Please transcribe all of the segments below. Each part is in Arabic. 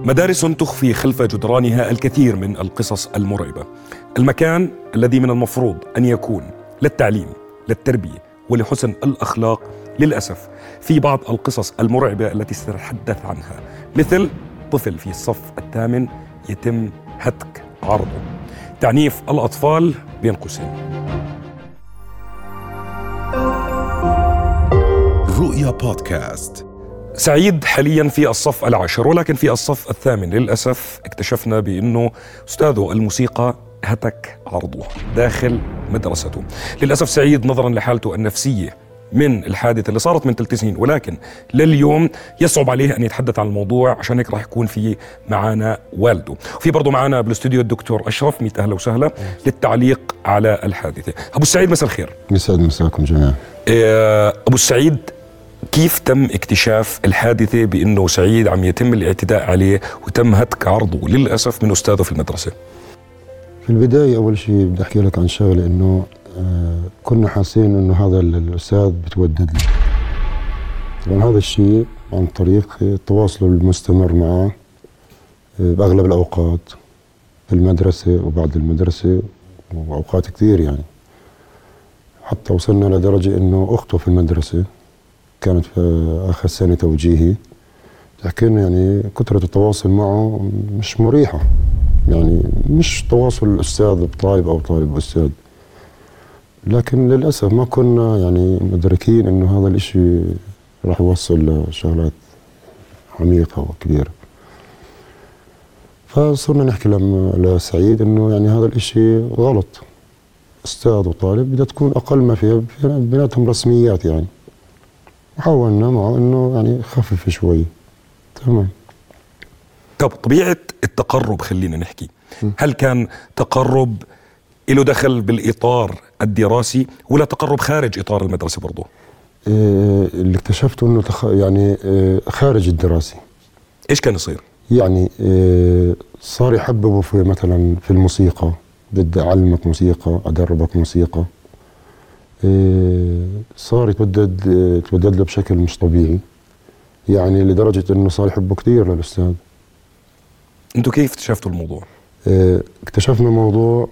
مدارس تخفي خلف جدرانها الكثير من القصص المرعبة. المكان الذي من المفروض أن يكون للتعليم، للتربية ولحسن الأخلاق، للأسف في بعض القصص المرعبة التي سنتحدث عنها، مثل طفل في الصف الثامن يتم هتك عرضه، تعنيف الأطفال بين قوسين. رؤيا بودكاست. سعيد حاليا في الصف العاشر، ولكن في الصف الثامن للأسف اكتشفنا بأنه أستاذه الموسيقى هتك عرضه داخل مدرسته. للأسف سعيد نظرا لحالته النفسية من الحادثة اللي صارت من 3 سنين، ولكن لليوم يصعب عليه أن يتحدث عن الموضوع، عشان هيك راح يكون في معنا والده. وفي برضو معنا بالاستوديو الدكتور أشرف، 100 أهلا وسهلا، للتعليق على الحادثة. أبو السعيد مساء الخير. يسعد مساكم جميعا. أبو السعيد، كيف تم اكتشاف الحادثة بأنه سعيد عم يتم الاعتداء عليه وتم هتك عرضه للأسف من أستاذه في المدرسة؟ في البداية أول شيء بدي أحكي لك عن شغلة، إنه كنا حاسين إنه هذا الأستاذ بتودد له. طبعا هذا الشيء عن طريق التواصل المستمر معه بأغلب الأوقات في المدرسة وبعد المدرسة وأوقات كثير، يعني حتى وصلنا لدرجة إنه أخته في المدرسة كانت في آخر سنة توجيهي تحكي لنا يعني كثرة التواصل معه مش مريحة، يعني مش تواصل الأستاذ بطالب أو طالب بأستاذ، لكن للأسف ما كنا يعني مدركين إنه هذا الإشي راح يوصل لشغلات عميقة وكبيرة. فصرنا نحكي لسعيد إنه يعني هذا الإشي غلط، أستاذ وطالب بدها تكون أقل ما فيها بيناتهم رسميات يعني. حاولنا معه إنه يعني خفف شوي. تمام. طب طبيعة التقرب خلينا نحكي، هل كان تقرب له دخل بالإطار الدراسي ولا تقرب خارج إطار المدرسة برضه؟ اللي اكتشفته إنه يعني خارج الدراسي. إيش كان يصير؟ يعني صار يحببه في مثلا في الموسيقى، بدي أعلمك موسيقى، أدربك موسيقى. صار يتودد له بشكل مش طبيعي، يعني لدرجة إنه صار يحبه كثير للأستاذ. أنتوا كيف اكتشفتوا الموضوع؟ اكتشفنا موضوع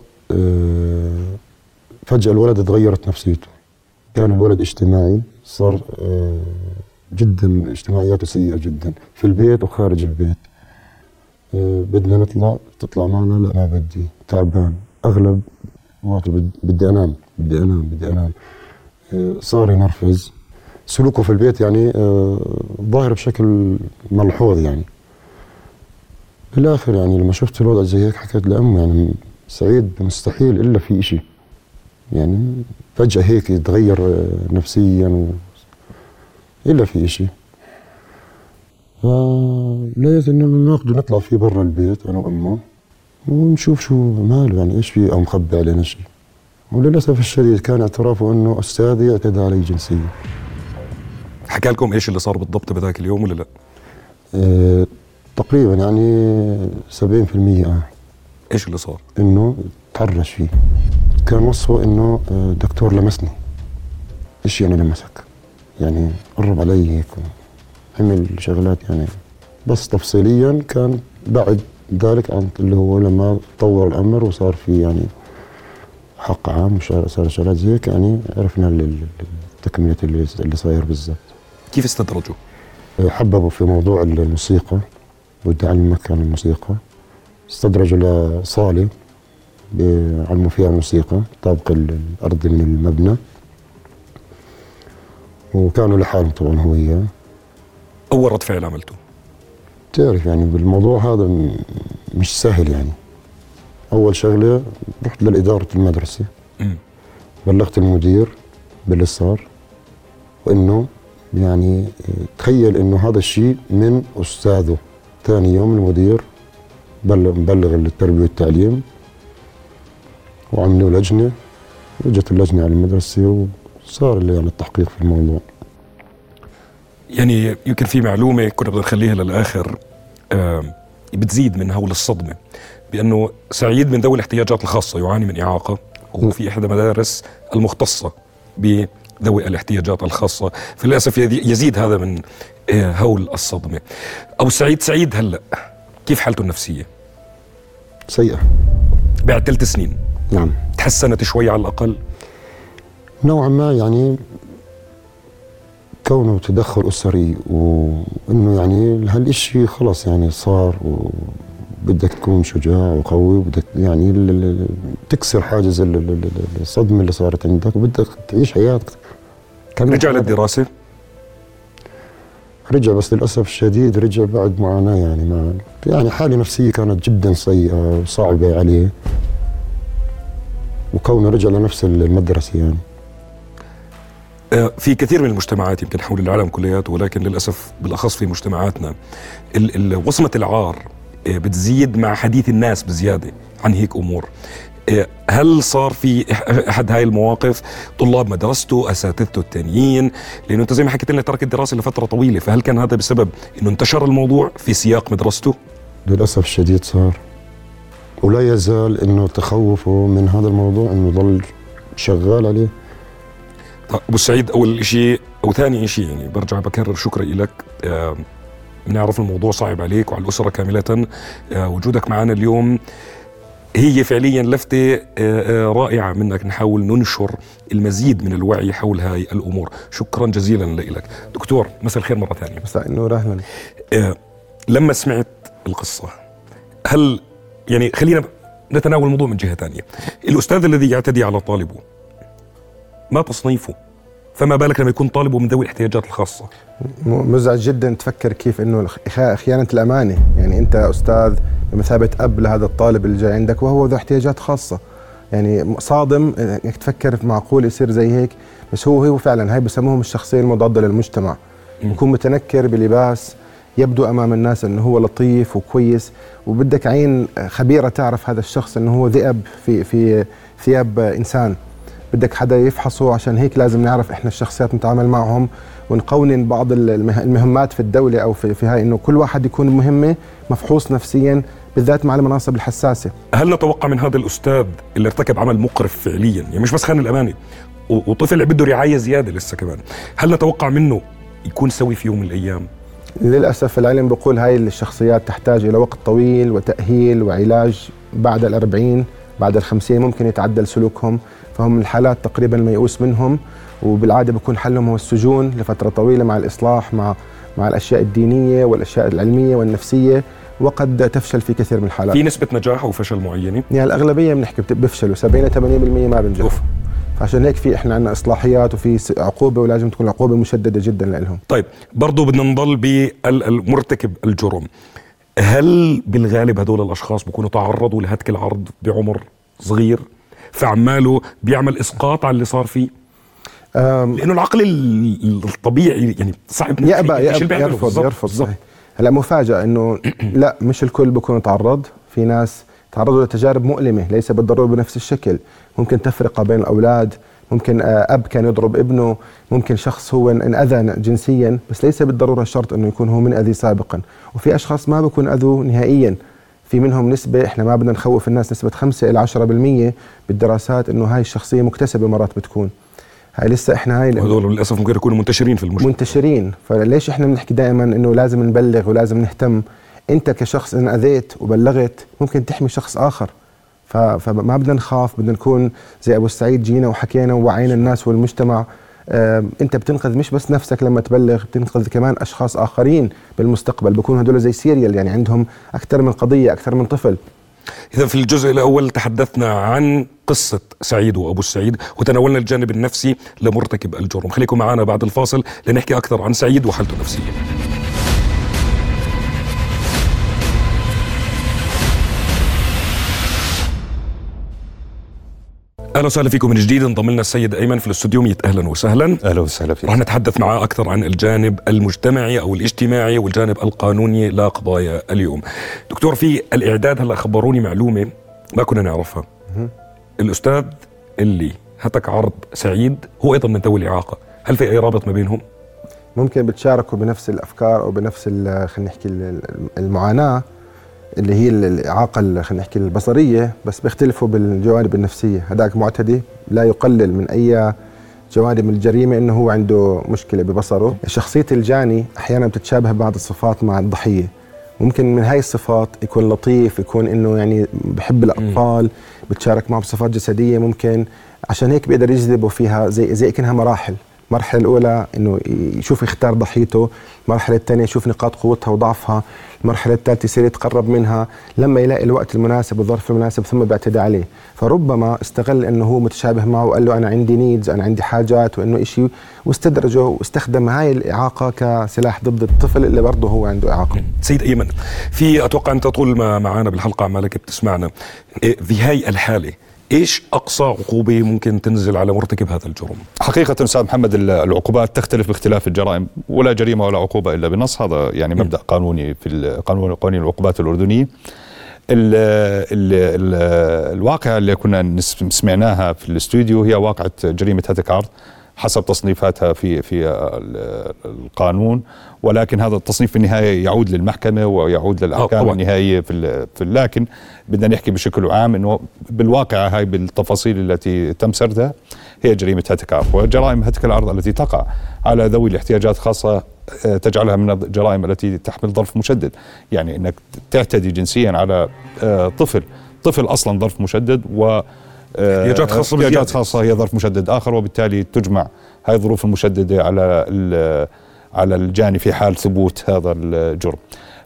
فجأة الولد تغيرت نفسيته. كان الولد اجتماعي، صار جدا اجتماعياته سيئة جدا في البيت وخارج البيت. بدنا نطلع، تطلع معنا؟ لا ما بدي، تعبان، أغلب وقته بدي أنام. صار ينرفز، سلوكه في البيت يعني ظاهر بشكل ملحوظ. يعني بالآخر يعني لما شفت الوضع زي هيك حكيت لأمه يعني سعيد مستحيل إلا في إشي، يعني فجأة هيك يتغير نفسيا إلا في إشي. فلقيت إنه ناخده نطلع فيه برا البيت أنا وأمه ونشوف شو ماله، يعني إيش فيه أو مخبي علينا شيء. وللأسف الشديد كان اعترافه إنه أستاذي اعتدى علي جنسيا. حكى لكم إيش اللي صار بالضبط بذاك اليوم ولا لا؟ تقريبا يعني 70%. إيش اللي صار؟ إنه تحرش فيه. كان وصفه إنه دكتور لمسني. إيش يعني لمسك؟ يعني قرب علي هيك عمل شغلات يعني، بس تفصيليا كان بعد ذلك عن اللي هو لما تطور الأمر وصار في يعني حق عام وصار شغلات زي هيك، يعني عرفنا التكملة اللي صاير بالضبط. كيف استدرجوا؟ حببوا في موضوع الموسيقى، بدي أعلمك عن الموسيقى. استدرجوا لصالة بيعلموا فيها الموسيقى طابق الأرض من المبنى، وكانوا لحالهم طبعا هو وياه. أول رد فعل عملته؟ تعرف يعني بالموضوع هذا مش سهل يعني. أول شغلة رحت لإدارة المدرسة، بلغت المدير باللي صار، وإنه يعني تخيل إنه هذا الشيء من أستاذه. ثاني يوم المدير مبلغ التربية والتعليم وعملوا لجنة، وجت اللجنة على المدرسة وصار يعني التحقيق في الموضوع. يعني يمكن في معلومة كنا بدنا نخليها للآخر بتزيد من هول الصدمة، بأنه سعيد من ذوي الاحتياجات الخاصة، يعاني من إعاقة، وفي إحدى مدارس المختصة بذوي الاحتياجات الخاصة، فللأسف يزيد هذا من هول الصدمة. أبو سعيد، سعيد هلأ كيف حالته النفسية؟ سيئة. بعد 3 سنين نعم. تحسنت شوي على الأقل؟ نوعا ما يعني كونه تدخل أسري وإنه يعني هالإشي خلص يعني صار، وبدك تكون شجاع وقوي، وبدك يعني تكسر حاجز الصدمة اللي صارت عندك، وبدك تعيش حياتك. رجع للدراسة؟ رجع، بس للأسف الشديد رجع بعد معاناة يعني، ما يعني حالة نفسية كانت جدا سيئة وصعبة عليه، وكونه رجع لنفس المدرسة يعني. في كثير من المجتمعات يمكن حول العالم كلياته، ولكن للأسف بالأخص في مجتمعاتنا وصمة العار بتزيد مع حديث الناس بزيادة عن هيك أمور. هل صار في أحد هاي المواقف طلاب مدرسته، أساتذته التانيين؟ لأنه أنت زي ما حكيت لنا ترك الدراسة لفترة طويلة، فهل كان هذا بسبب أنه انتشر الموضوع في سياق مدرسته؟ للأسف الشديد صار، ولا يزال أنه تخوفه من هذا الموضوع أنه يضل شغال عليه. أبو سعيد، أول شيء أو ثاني شيء يعني برجع بكرر شكري لك. بنعرف الموضوع صعب عليك وعلى الأسرة كاملة. وجودك معنا اليوم هي فعليا لفتة رائعة منك، نحاول ننشر المزيد من الوعي حول هاي الأمور. شكرا جزيلا لك دكتور. مساء الخير مرة ثانية. مساء النور، أهلا. لما سمعت القصة، هل يعني خلينا نتناول الموضوع من جهة ثانية. الأستاذ الذي يعتدي على طالبه ما تصنيفه، فما بالك لما يكون طالبه من ذوي الاحتياجات الخاصة؟ مزعج جدا تفكر كيف انه خيانة الأمانة. يعني انت أستاذ بمثابة أب لهذا الطالب اللي جاي عندك وهو ذو احتياجات خاصة، يعني صادم انك تفكر في معقول يصير زي هيك. بس هو فعلا هاي بسموهم الشخصية المضادة للمجتمع. يكون متنكر بلباس يبدو أمام الناس أنه هو لطيف وكويس، وبدك عين خبيرة تعرف هذا الشخص أنه هو ذئب في ثياب إنسان. بدك حدا يفحصه، عشان هيك لازم نعرف إحنا الشخصيات نتعامل معهم ونقونن بعض المهمات في الدولة أو في هاي، إنه كل واحد يكون مهمة مفحوص نفسيا، بالذات مع المناصب الحساسة. هل نتوقع من هذا الأستاذ اللي ارتكب عمل مقرف فعليا، يعني مش بس خان الأمانة وطفل بده رعاية زيادة لسه كمان، هل نتوقع منه يكون سوي في يوم من الأيام؟ للأسف العلم بيقول هاي الشخصيات تحتاج إلى وقت طويل وتأهيل وعلاج. بعد 40 بعد 50 ممكن يتعدل سلوكهم، فهم الحالات تقريبا الميؤوس منهم، وبالعادة بيكون حلهم هو السجون لفترة طويلة مع الإصلاح مع الأشياء الدينية والأشياء العلمية والنفسية، وقد تفشل في كثير من الحالات. في نسبة نجاح وفشل معينة؟ يعني الأغلبية بنحكي بيفشلوا، 70-80% ما بنجحوا. فعشان هيك في احنا عندنا اصلاحيات وفي عقوبه، ولازم تكون عقوبه مشدده جدا لهم. طيب برضه بدنا نضل بالمرتكب الجرم. هل بالغالب هدول الاشخاص بيكونوا تعرضوا لهتك العرض بعمر صغير فعماله بيعمل اسقاط على اللي صار فيه؟ لانه العقل الطبيعي يعني صعب يرفض. هلا مفاجأة انه لا، مش الكل بيكون تعرض. في ناس تعرضوا لتجارب مؤلمة ليس بالضرورة بنفس الشكل. ممكن تفرقة بين الأولاد، ممكن أب كان يضرب ابنه، ممكن شخص هو انأذى جنسيا، بس ليس بالضرورة الشرط أنه يكون هو من أذي سابقا. وفي أشخاص ما بيكون أذوا نهائيا. في منهم نسبة، إحنا ما بدنا نخوف الناس، نسبة 5-10% بالدراسات أنه هاي الشخصية مكتسبة مرات بتكون. هاي لسه إحنا هاي هذول للأسف ممكن يكونوا منتشرين في المجتمع. منتشرين. فليش إحنا بنحكي دائما أنه لازم نبلغ ولازم نهتم. أنت كشخص إن أذيت وبلغت ممكن تحمي شخص آخر. فما بدنا نخاف، بدنا نكون زي أبو سعيد، جينا وحكينا ووعينا الناس والمجتمع. أنت بتنقذ مش بس نفسك لما تبلغ، بتنقذ كمان أشخاص آخرين بالمستقبل، بكون هدول زي سيريال، يعني عندهم أكثر من قضية، أكثر من طفل. إذا في الجزء الأول تحدثنا عن قصة سعيد وأبو سعيد، وتناولنا الجانب النفسي لمرتكب الجرم. خليكم معنا بعد الفاصل لنحكي أكثر عن سعيد وحالته النفسية. اهلا وسهلا فيكم من جديد. انضم لنا السيد ايمن في الاستوديو. 100 اهلا وسهلا. اهلا وسهلا فيك. رح نتحدث معاه اكثر عن الجانب المجتمعي او الاجتماعي والجانب القانوني لقضايا اليوم. دكتور، في الاعداد هلا خبروني معلومه ما كنا نعرفها. الاستاذ اللي هتك عرض سعيد هو ايضا من ذوي الاعاقه، هل في اي رابط ما بينهم؟ ممكن بتشاركوا بنفس الافكار او بنفس خلينا نحكي المعاناه اللي هي الإعاقة خلينا نحكي البصرية، بس بيختلفوا بالجوانب النفسية. هذاك معتدي لا يقلل من أي جوانب من الجريمة إنه هو عنده مشكلة ببصره. شخصية الجاني أحيانا بتتشابه بعض الصفات مع الضحية، ممكن من هاي الصفات يكون لطيف، يكون انه يعني بحب الاطفال، بتشارك معه بصفات جسديه، ممكن عشان هيك بيقدر يجذبه فيها زي كأنها مراحل. المرحله الاولى انه يشوف يختار ضحيته، المرحله الثانيه يشوف نقاط قوتها وضعفها، المرحله الثالثه يصير يتقرب منها لما يلاقي الوقت المناسب والظرف المناسب ثم بيعتدي عليه. فربما استغل انه هو متشابه معه وقال له انا عندي نيدز، انا عندي حاجات، وانه شيء، واستدرجه واستخدم هاي الاعاقه كسلاح ضد الطفل اللي برضه هو عنده اعاقه. سيد ايمن، في اتوقع انت طول ما معنا بالحلقه عمالك بتسمعنا، في هاي الحاله ايش اقصى عقوبه ممكن تنزل على مرتكب هذا الجرم؟ حقيقه استاذ محمد العقوبات تختلف باختلاف الجرائم، ولا جريمه ولا عقوبه الا بنص، هذا يعني مبدا قانوني في قانون العقوبات الاردنيه. الواقعه اللي كنا سمعناها في الاستوديو هي واقعه جريمه هتك عرض حسب تصنيفاتها في القانون، ولكن هذا التصنيف في النهايه يعود للمحكمه ويعود للاحكام النهائيه لكن بدنا نحكي بشكل عام انه بالواقعه هاي بالتفاصيل التي تم سردها هي جريمه هتك عرض. وجرائم هتك العرض التي تقع على ذوي الاحتياجات الخاصه تجعلها من الجرائم التي تحمل ظرف مشدد، يعني انك تعتدي جنسيا على طفل اصلا ظرف مشدد، و احتياجات خاصة هي ظرف مشدد آخر، وبالتالي تجمع هذه الظروف المشددة على الجاني في حال ثبوت هذا الجرم.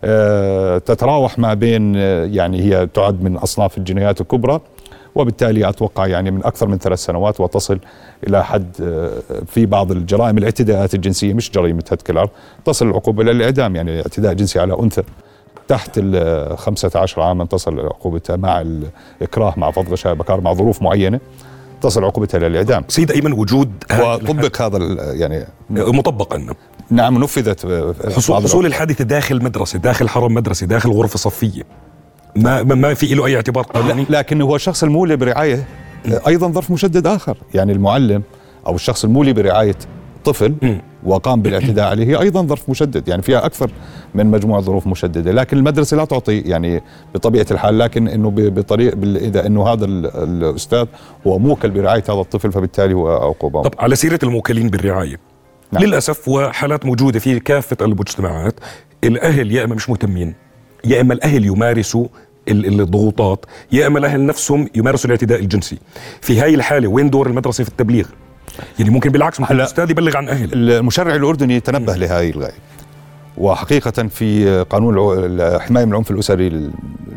تتراوح ما بين يعني هي تعد من أصناف الجنايات الكبرى، وبالتالي أتوقع يعني من أكثر من 3 سنوات، وتصل إلى حد في بعض الجرائم الاعتداءات الجنسية مش جريمة هتك العرض تصل العقوبة إلى الإعدام، يعني اعتداء جنسي على أنثى تحت 15 عاما تصل عقوبتها مع الإكراه مع فض غشاء بكار مع ظروف معينة تصل عقوبتها للإعدام. سيد أيمن، وجود وطبق هذا يعني مطبقا، نعم، نفذت حصول الحادثة داخل مدرسة، داخل حرم مدرسة، داخل غرفة صفية، ما في له أي اعتبار قانوني. لكن هو الشخص المولي برعاية أيضا ظرف مشدد آخر، يعني المعلم أو الشخص المولي برعاية طفل وقام بالاعتداء عليه هي أيضا ظرف مشدد، يعني فيها أكثر من مجموعة ظروف مشددة. لكن المدرسة لا تعطي يعني بطبيعة الحال، لكن إنه بطريقة إذا إنه هذا الأستاذ هو موكل برعاية هذا الطفل فبالتالي هو عقوبة. طب على سيرة الموكلين بالرعاية، نعم. للأسف وحالات موجودة في كافة المجتمعات، الأهل يا إما مش مهتمين، يا إما الأهل يمارسوا الضغوطات، يا إما الأهل نفسهم يمارسوا الاعتداء الجنسي. في هاي الحالة وين دور المدرسة في التبليغ؟ يعني ممكن بالعكس ممكن الأستاذ يبلغ عن أهل. المشرع الأردني تنبه لهذه الغاية، وحقيقة في قانون الحماية من العنف الأسري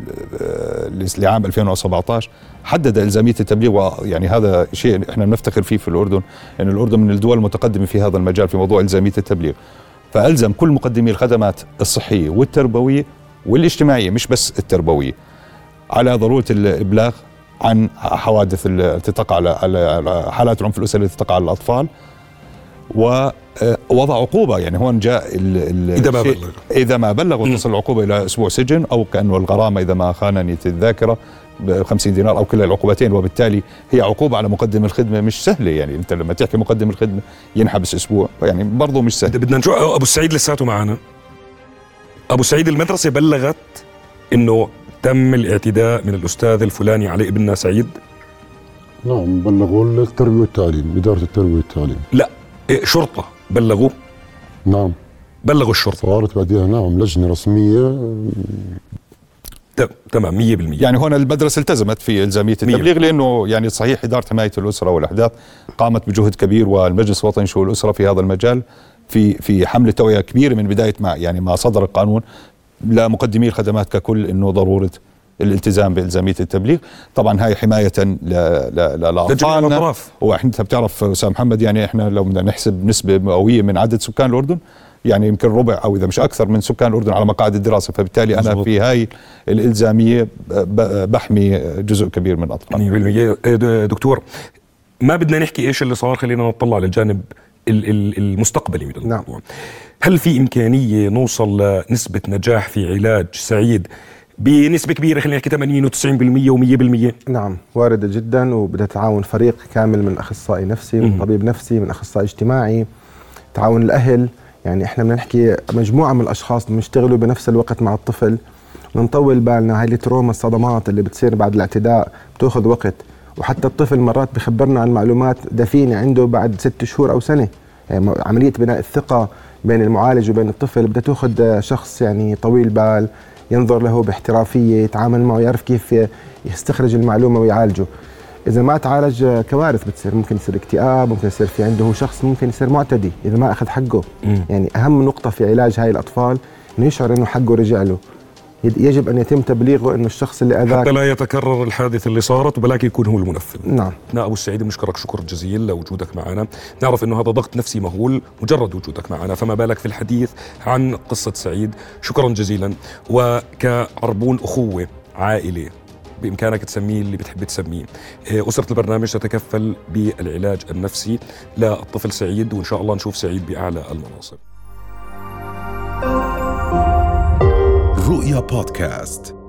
لعام 2017 حدد إلزامية التبليغ، ويعني هذا شيء احنا نفتخر فيه في الأردن، أن الأردن من الدول المتقدمة في هذا المجال في موضوع إلزامية التبليغ. فألزم كل مقدمي الخدمات الصحية والتربوية والاجتماعية مش بس التربوية على ضرورة الإبلاغ عن حوادث التي تقع على حالات العنف الأسري التي تقع على الأطفال، ووضع عقوبة. يعني هون جاء إذا ما بلغ وتصل العقوبة إلى أسبوع سجن، أو كأنه الغرامة إذا ما خانني الذاكرة ب50 دينار أو كلا العقوبتين. وبالتالي هي عقوبة على مقدم الخدمة مش سهلة، يعني أنت لما تحكي مقدم الخدمة ينحبس أسبوع، يعني برضو مش سهل. بدنا نشوف أبو السعيد لساته معنا. أبو السعيد، المدرسة بلغت إنه تم الاعتداء من الأستاذ الفلاني على ابننا سعيد؟ نعم، بلغوا التربية والتعليم، إدارة التربية والتعليم. لا، شرطة بلغوا؟ نعم، بلغوا الشرطة. صارت بعدها نعم لجنة رسمية. تمام 100%. يعني هنا المدرسة التزمت في إلزامية التبليغ، لأنه يعني صحيح إدارة حماية الأسرة والأحداث قامت بجهد كبير، والمجلس الوطني لشؤون الأسرة في هذا المجال في حملة توعية كبيرة من بداية ما صدر القانون لمقدمي الخدمات ككل إنه ضرورة الالتزام بإلزامية التبليغ. طبعا هاي حماية لأطفالنا. وإحنا بتعرف أستاذ محمد، يعني إحنا لو بدنا نحسب نسبة مئوية من عدد سكان الأردن، يعني يمكن ربع أو إذا مش أكثر من سكان الأردن على مقاعد الدراسة، فبالتالي أنا مزبوط. في هاي الإلزامية بحمي جزء كبير من أطفال. دكتور، ما بدنا نحكي إيش اللي صار، خلينا نطلع للجانب المستقبلي من الموضوع. نعم. هل في إمكانية نوصل لنسبة نجاح في علاج سعيد بنسبة كبيرة، خلينا نحكي 80 و90% و100%؟ نعم، واردة جدا، وبدها تعاون فريق كامل من أخصائي نفسي، من طبيب نفسي، من أخصائي اجتماعي، تعاون الأهل. يعني إحنا بنحكي مجموعة من الأشخاص بيشتغلوا بنفس الوقت مع الطفل، ونطول بالنا. هاي التروما، الصدمات اللي بتصير بعد الاعتداء بتأخذ وقت، وحتى الطفل مرات بخبرنا عن معلومات دفينة عنده بعد 6 شهور أو سنة. يعني عملية بناء الثقة بين المعالج وبين الطفل بدها تأخذ شخص يعني طويل بال، ينظر له باحترافية، يتعامل معه، يعرف كيف يستخرج المعلومة ويعالجه. إذا ما تعالج كوارث بتصير، ممكن يصير اكتئاب، ممكن يصير في عنده شخص ممكن يصير معتدي إذا ما أخذ حقه. يعني أهم نقطة في علاج هاي الأطفال إنه يشعر إنه حقه رجع له. يجب أن يتم تبليغه إنه الشخص اللي أذاك حتى لا يتكرر الحادث اللي صارت ولكن يكون هو المنفذ. نعم. أبو السعيد بنشكرك شكر جزيل لوجودك معنا. نعرف إنه هذا ضغط نفسي مهول مجرد وجودك معنا، فما بالك في الحديث عن قصة سعيد. شكرا جزيلا. وكعربون أخوة عائلة بإمكانك تسميه اللي بتحب تسميه، أسرة البرنامج تتكفل بالعلاج النفسي للطفل سعيد، وإن شاء الله نشوف سعيد بأعلى المناصب. رؤيا بودكاست.